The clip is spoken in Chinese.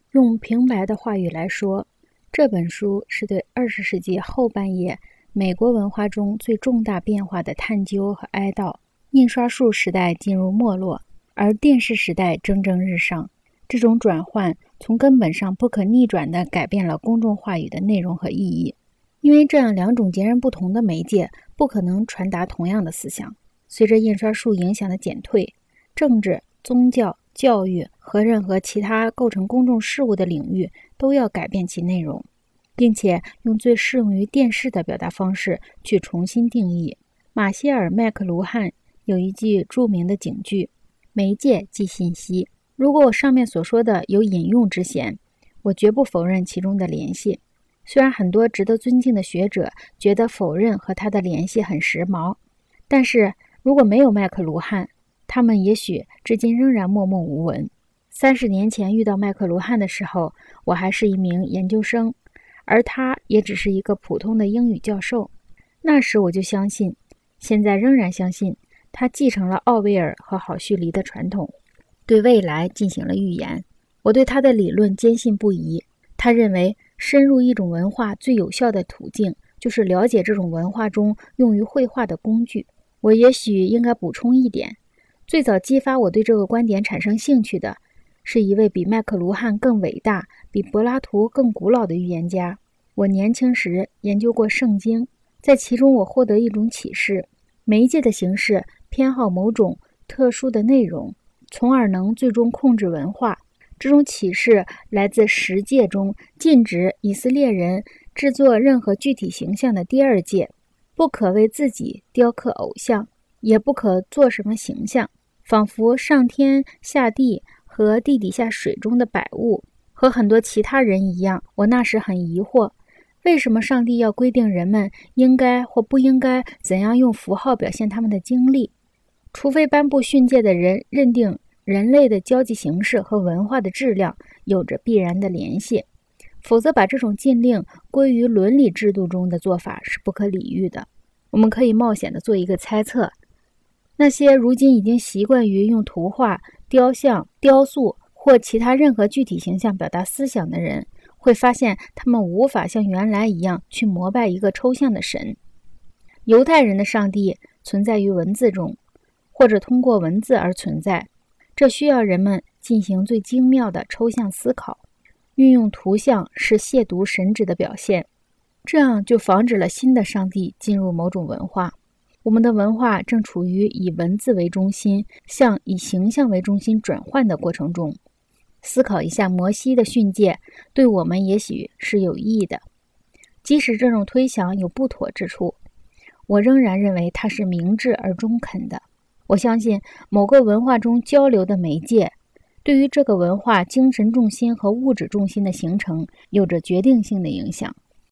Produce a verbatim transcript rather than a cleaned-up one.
用平白的话语来说，这本书是对二十世纪后半叶美国文化中最重大变化的探究和哀悼。印刷术时代进入没落，而电视时代蒸蒸日上。这种转换从根本上不可逆转地改变了公众话语的内容和意义，因为这样两种截然不同的媒介不可能传达同样的思想。随着印刷术影响的减退，政治、宗教、教育和任何其他构成公众事务的领域都要改变其内容，并且用最适用于电视的表达方式去重新定义。马歇尔·麦克卢汉有一句著名的警句：媒介即信息。如果我上面所说的有引用之嫌，我绝不否认其中的联系。虽然很多值得尊敬的学者觉得否认和他的联系很时髦，但是如果没有麦克卢汉，他们也许至今仍然默默无闻。三十年前遇到麦克卢汉的时候，我还是一名研究生，而他也只是一个普通的英语教授。那时我就相信，现在仍然相信，他继承了奥威尔和郝胥黎的传统，对未来进行了预言。我对他的理论坚信不疑。他认为深入一种文化最有效的途径就是了解这种文化中用于绘画的工具。我也许应该补充一点，最早激发我对这个观点产生兴趣的是一位比麦克卢汉更伟大、比柏拉图更古老的预言家。我年轻时研究过圣经，在其中我获得一种启示：媒介的形式偏好某种特殊的内容，从而能最终控制文化。这种启示来自十诫中禁止以色列人制作任何具体形象的第二诫，不可为自己雕刻偶像，也不可做什么形象，仿佛上天下地和地底下水中的百物。和很多其他人一样，我那时很疑惑，为什么上帝要规定人们应该或不应该怎样用符号表现他们的经历？除非颁布训诫的人认定人类的交际形式和文化的质量有着必然的联系，否则把这种禁令归于伦理制度中的做法是不可理喻的。我们可以冒险地做一个猜测，那些如今已经习惯于用图画、雕像、雕塑或其他任何具体形象表达思想的人，会发现他们无法像原来一样去膜拜一个抽象的神。犹太人的上帝存在于文字中，或者通过文字而存在，这需要人们进行最精妙的抽象思考。运用图像是亵渎神旨的表现，这样就防止了新的上帝进入某种文化。我们的文化正处于以文字为中心向以形象为中心转换的过程中。思考一下摩西的训诫，对我们也许是有益的。即使这种推想有不妥之处，我仍然认为它是明智而中肯的。我相信某个文化中交流的媒介对于这个文化精神重心和物质重心的形成有着决定性的影响。